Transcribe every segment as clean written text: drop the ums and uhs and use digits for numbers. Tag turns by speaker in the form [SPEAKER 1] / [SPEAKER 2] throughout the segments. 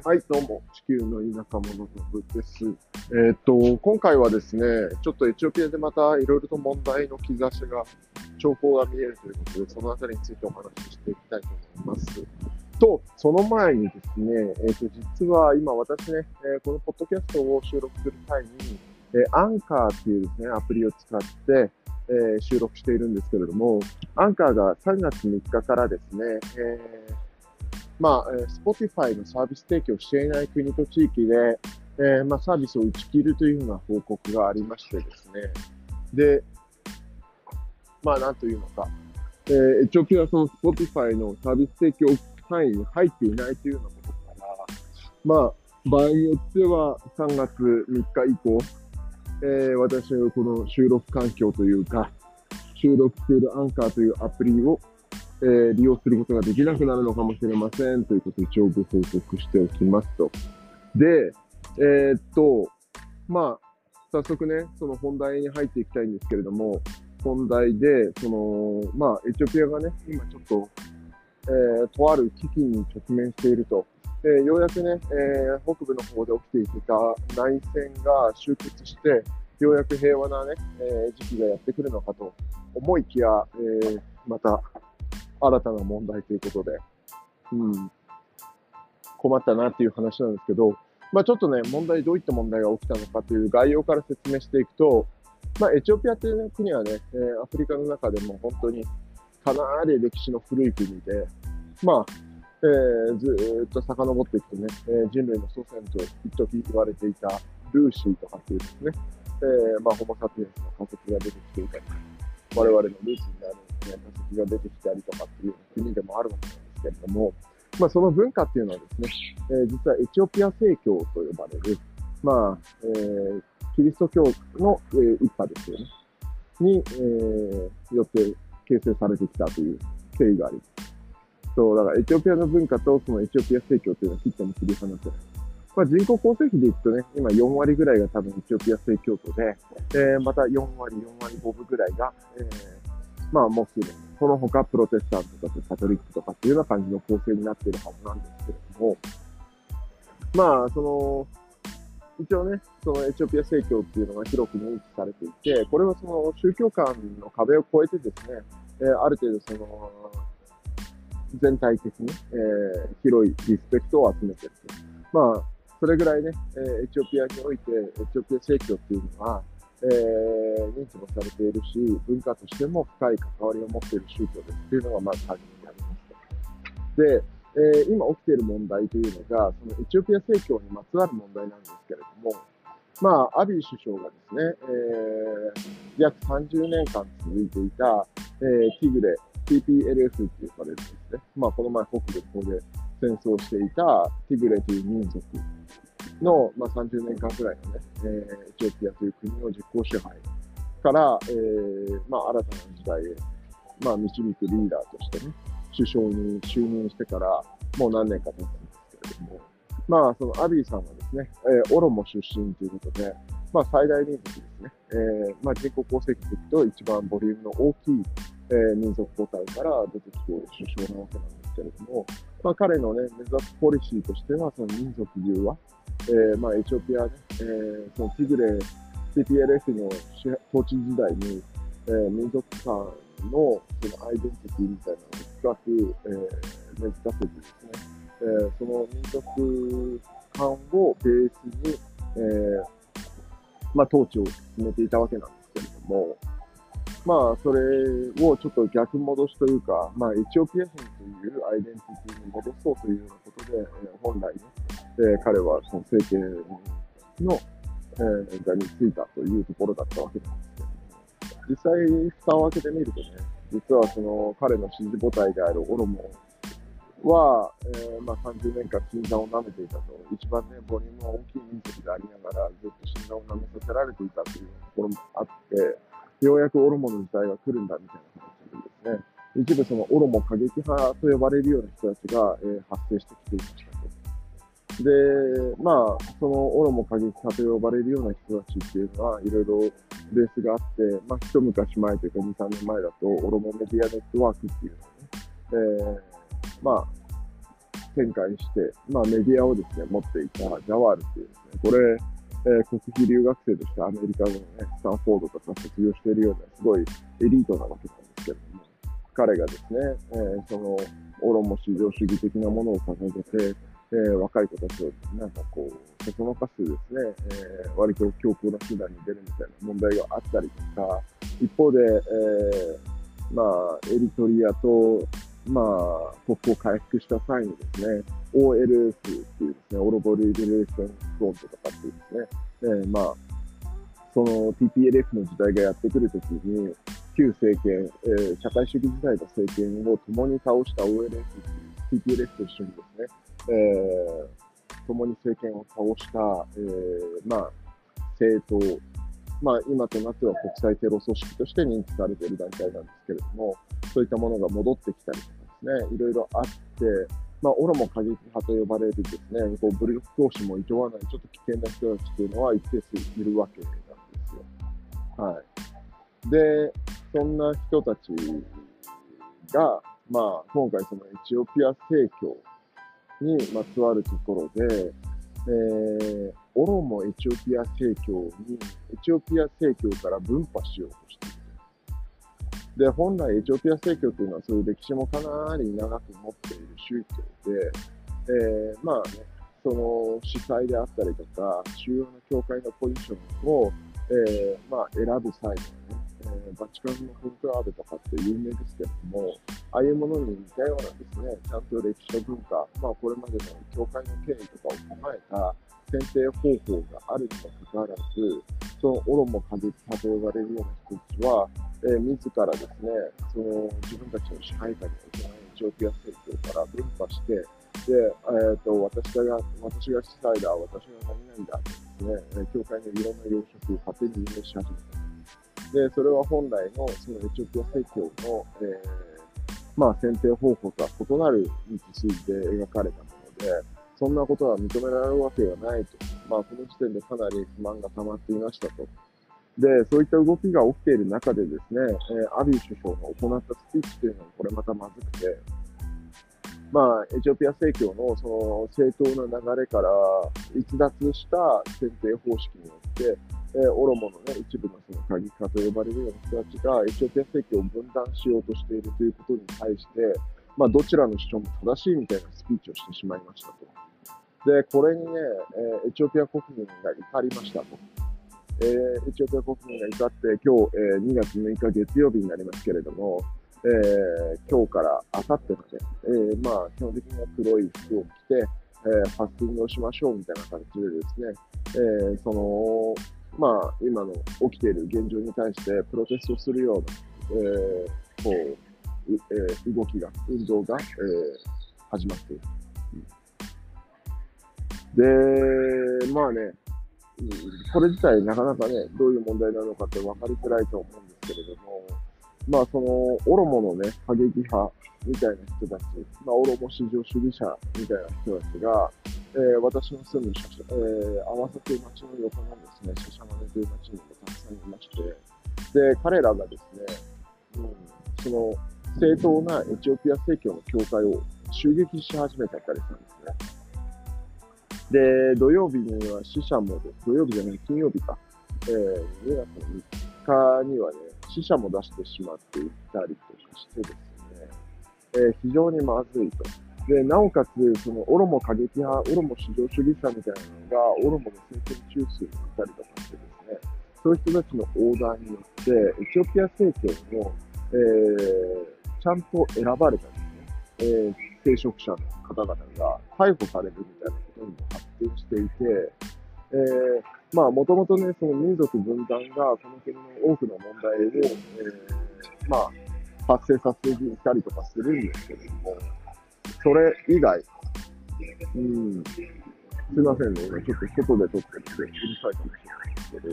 [SPEAKER 1] はい、どうも、地球の田舎者のぶです。今回はですね、ちょっとエチオピアでまたいろいろと問題の兆しが、兆候が見えるということで、そのあたりについてお話ししていきたいと思います。と、その前にですね、実は今私ね、このポッドキャストを収録する際に、アンカーっていうですね、アプリを使って、収録しているんですけれども、アンカーが3月3日からですね、Spotify のサービス提供していない国と地域で、サービスを打ち切るというような報告がありましてですね。で、なんというのか、エチオピアはその Spotify のサービス提供範囲に入っていないというようなことから、場合によっては3月3日以降、私のこの収録環境というか、収録しているアンカーというアプリを利用することができなくなるのかもしれませんということを一応ご報告しておきますと。で、早速ね、その本題に入っていきたいんですけれども、本題で、エチオピアがね、今ちょっと、とある危機に直面していると。ようやくね、北部の方で起きていた内戦が終結して、ようやく平和なね、時期がやってくるのかと思いきや、また新たな問題ということで、困ったなっていう話なんですけど、ちょっとね、どういった問題が起きたのかという概要から説明していくと、エチオピアという、ね、国はね、アフリカの中でも本当にかなり歴史の古い国で、ずーっと遡っていくとね、人類の祖先と一時言われていたルーシーとかっていうですね、ホモ・サピエンスの化石が出てきていたり、我々のルーツになる、化石が出てきたりとかっていう国でもあるわけなんですけれども、その文化っていうのはですね、実はエチオピア正教と呼ばれる、キリスト教の、一派ですよね、に、よって形成されてきたという経緯があります。だからエチオピアの文化とそのエチオピア正教というのは切っても切り離せない。人口構成比でいくとね、今4割ぐらいが多分エチオピア正教徒で、また4割5分ぐらいが、モスリム、その他プロテスタントとかカトリックとかっていうような感じの構成になっているはずなんですけれども、一応ね、そのエチオピア正教っていうのが広く認知されていて、これはその宗教間の壁を越えてですね、ある程度その全体的に、広いリスペクトを集めていると。それぐらいね、エチオピアにおいて、エチオピア正教っていうのは、認知もされているし、文化としても深い関わりを持っている宗教ですっていうのがまず初めにありますと。で、今起きている問題というのが、そのエチオピア正教にまつわる問題なんですけれども、アビー首相がですね、約30年間続いていた、ティグレ、TPLF って呼ばれるんですね。この前北部の方で戦争していたティグレという民族の、30年間くらいのね、エチオピアという国の実効支配から、新たな時代へ、導くリーダーとしてね、首相に就任してからもう何年か経ったんですけれども、そのアビーさんはですね、オロモ出身ということで、最大民族ですね、人口構成比でいくと一番ボリュームの大きい、民族個体から出てきている首相なわけなんですけれども、彼のね、目指すポリシーとしては、その民族融和、エチオピアね、そのティグレ、TPLF の統治時代に、民族間のそのアイデンティティみたいなのを深く、根付かせてですね、その民族間をベースに、統治を進めていたわけなんですけれども、それをちょっと逆戻しというか、エチオピア人というアイデンティティに戻そうというようなことで、本来ね、彼はその政権の、座についたというところだったわけなんですけども、実際、蓋を開けてみるとね、実はその彼の支持母体であるオロモは、30年間診断を舐めていたと、一番ね、ボリュームの大きい民族でありながら、ずっと診断を舐めさせられていたというところもあって、ようやくオロモの時代が来るんだみたいな話でですね、一部そのオロモ過激派と呼ばれるような人たちが、発生してきていましたと。で、そのオロモ過激派と呼ばれるような人たちっていうのは、いろいろベースがあって、一昔前というか2、3年前だと、オロモメディアネットワークっていうのをね、 展開して、メディアをですね、持っていたジャワールっていうですね、これ、国費留学生としてアメリカのね、スタンフォードとか卒業しているような、すごいエリートなわけなんですけれども、彼がですね、その、オロモ至上主義的なものを掲げて、若い子たちをなんかこう、そそのかすですね、割と強硬な手段に出るみたいな問題があったりとか、一方で、エリトリアと、国交回復した際にですね、OLF っていうですね、オロボリベレーションフロントとかっていうですね、その TPLF の時代がやってくるときに、旧政権、社会主義時代の政権を共に倒した OLF っていう TPLF と一緒にですね、共に政権を倒した、政党、今となっては国際テロ組織として認知されている団体なんですけれども、そういったものが戻ってきたりとかですね、いろいろあって、オロモ過激派と呼ばれるですね、こう武力行使もいとわないちょっと危険な人たちというのは一定数いるわけなんですよ。はい。で、そんな人たちが、今回そのエチオピア正教にまつわるところで、オロモエチオピア正教に、エチオピア正教から分派しようとしている。で、本来エチオピア正教というのはそういう歴史もかなり長く持っている宗教で、その司祭であったりとか、主要な教会のポジションを、選ぶ際にはね、バチカンのコンクラーベとかって有名ですけれども、ああいうものに似たようなですね、ちゃんと歴史と文化、これまでの教会の経緯とかを踏まえた選定方法があるにもかかわらず、そのオロモ過激派と呼ばれるような人たちは、自らですね、その自分たちの支配下に置けないエチオピア正教から分派して、で、私が司祭だ、私が何々だとですね、教会のいろんな要職を勝手に運営し始めた。で、それは本来のそのエチオピア正教の、選定方法とは異なる道筋で描かれたもので、そんなことは認められるわけがないと。この時点でかなり不満が溜まっていましたと。で、そういった動きが起きている中でですね、アビー首相が行ったスピーチというのはこれまたまずくて、エチオピア正教のその正当な流れから逸脱した選定方式によって、オロモの、ね、一部のその過激派と呼ばれるような人たちがエチオピア正教を分断しようとしているということに対して、どちらの主張も正しいみたいなスピーチをしてしまいましたと。で、これにね、エチオピア国民が怒りましたと。エチオピア国民が怒って、今日、2月6日月曜日になりますけれども、今日から明後日まで、基本的には黒い服を着て、ファスティングをしましょうみたいな形でですね、今の起きている現状に対してプロテストするような、運動が、始まっている。で、これ自体なかなかね、どういう問題なのかって分かりづらいと思うんですけれども、そのオロモのね、過激派みたいな人たち、オロモ至上主義者みたいな人たちが、私の住む合わせて町の横のですね、シャシャマネという町にもたくさんいまして、で、彼らがですね、その正当なエチオピア正教の教会を襲撃し始めたりしたんですね。で、土曜日には死者も、土曜日じゃない、金曜日か、2月の3日にはね、死者も出してしまっていたりとかしてですね、非常にまずいと。で、なおかつ、そのオロモ過激派、オロモ至上主義者みたいなのが、オロモの政権中枢にいたりとかしてですね、そういう人たちのオーダーによって、エチオピア政権の、ちゃんと選ばれたですね、聖職者の方々が逮捕されるみたいなことにも発展していて、もともとね、その民族分断がこの国の多くの問題を、発生させていたりとかするんですけれども、それ以外、すいませんね、今ちょっと外で撮ってるんで、うるさいかもしれないですけ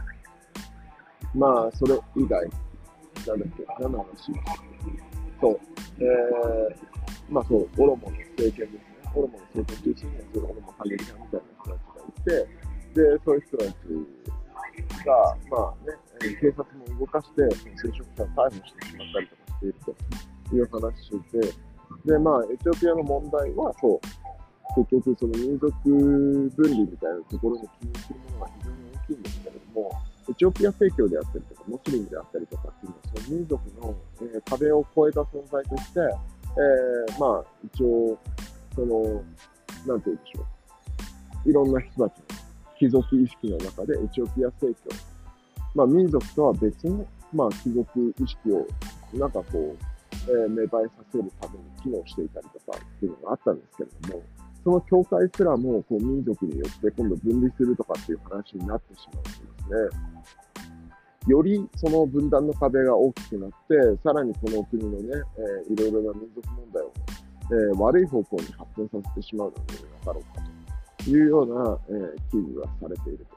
[SPEAKER 1] ど、それ以外、何の話そう、そう、オロモの政権ですね。オロモの政権中心には、そのオロモ過激派みたいな人たちがいて、で、そういう人たちが、警察も動かして、その聖職者を逮捕してしまったりとかしているという話で、で、エチオピアの問題は、そう、 結局その民族分離みたいなところに起因するものが非常に大きいんですけれども、エチオピア正教であったりとか、モスリムであったりとかっていうのは、その民族の、壁を越えた存在として、まあ、一応、その、なんて言うんでしょう。いろんな人たちの貴族意識の中でエチオピア正教、まあ、民族とは別の、まあ、貴族意識を、なんかこう、芽生えさせるために機能していたりとかっていうのがあったんですけれども、その教会すらもこう民族によって今度分離するとかっていう話になってしまうんですね。よりその分断の壁が大きくなって、さらにこの国のね、いろいろな民族問題を、悪い方向に発展させてしまうのではなかろうかというような、危惧がされていると。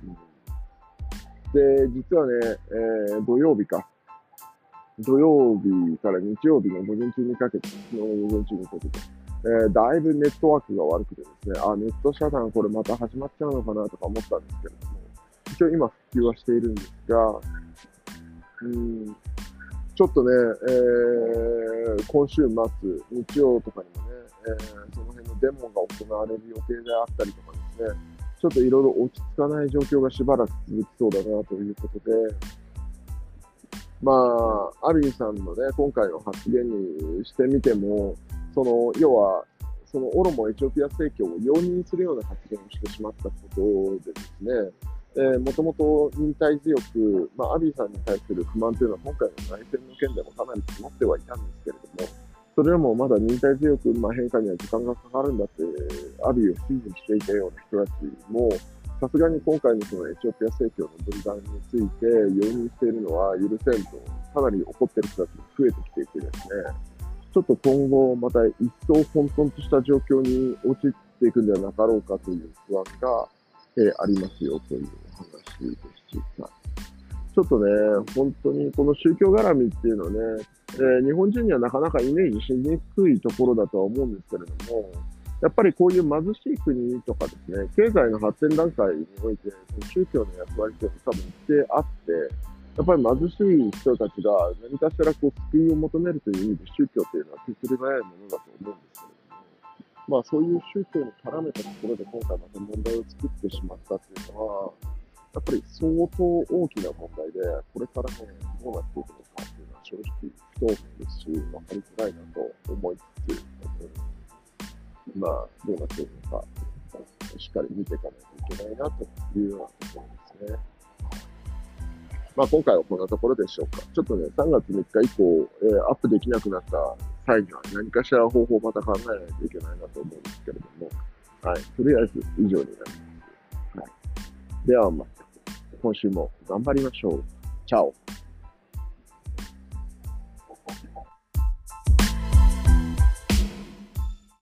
[SPEAKER 1] で、実はね、土曜日から日曜日の午前中にかけて、昨日の午前中にかけて、だいぶネットワークが悪くてですね、ネット遮断これまた始まっちゃうのかなとか思ったんですけれども、一応今復旧はしているんですが、ちょっとね、今週末、日曜とかにもね、その辺のデモが行われる予定であったりとかですね、ちょっといろいろ落ち着かない状況がしばらく続きそうだなということで、まあ、アビーさんのね、今回の発言にしてみても、要は、オロモエチオピア正教を容認するような発言をしてしまったことでですね、もともと忍耐強く、まあ、アビーさんに対する不満というのは今回の内戦の件でもかなり積もってはいたんですけれども、それでもまだ忍耐強く、まあ、変化には時間がかかるんだって、アビーを支持していたような人たちも、さすがに今回のそのエチオピア正教の分断について容認しているのは許せんと、かなり怒っている人たちも増えてきていてですね、ちょっと今後また一層混沌とした状況に陥っていくんではなかろうかという不安が、ありますよというお話でした。ちょっとね、本当にこの宗教絡みっていうのはね、日本人にはなかなかイメージしにくいところだとは思うんですけれども、やっぱりこういう貧しい国とかですね、経済の発展段階において、宗教の役割というのは多分一定あって、やっぱり貧しい人たちが何かしらこう救いを求めるという意味で宗教というのは手っ取り早いものだと思うんですけれども、まあそういう宗教に絡めたところで今回また問題を作ってしまったというのは、やっぱり相当大きな問題で、これからね、どうなっていくのかっていうのは正直不透明ですし、分かりづらいなと思いつつ、まあ、どうなっているのか、しっかり見ていかないといけないなというようなところですね。まあ、今回はこんなところでしょうか。ちょっとね、3月3日以降、アップできなくなった際には何かしら方法をまた考えないといけないなと思うんですけれども、はい、とりあえず以上になります。はい、ではまた、今週も頑張りましょう。チャオ。